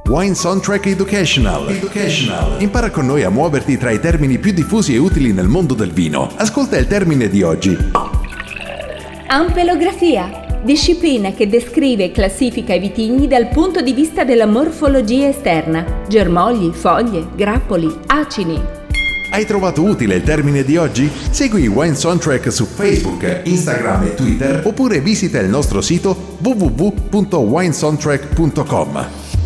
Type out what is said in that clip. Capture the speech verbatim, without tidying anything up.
Wine Soundtrack Educational. Educational. Impara con noi a muoverti tra i termini più diffusi e utili nel mondo del vino. Ascolta il termine di oggi. Ampelografia, disciplina che descrive e classifica i vitigni dal punto di vista della morfologia esterna: germogli, foglie, grappoli, acini. Hai trovato utile il termine di oggi? Segui Wine Soundtrack su Facebook, Instagram e Twitter oppure visita il nostro sito w w w punto wine soundtrack punto com.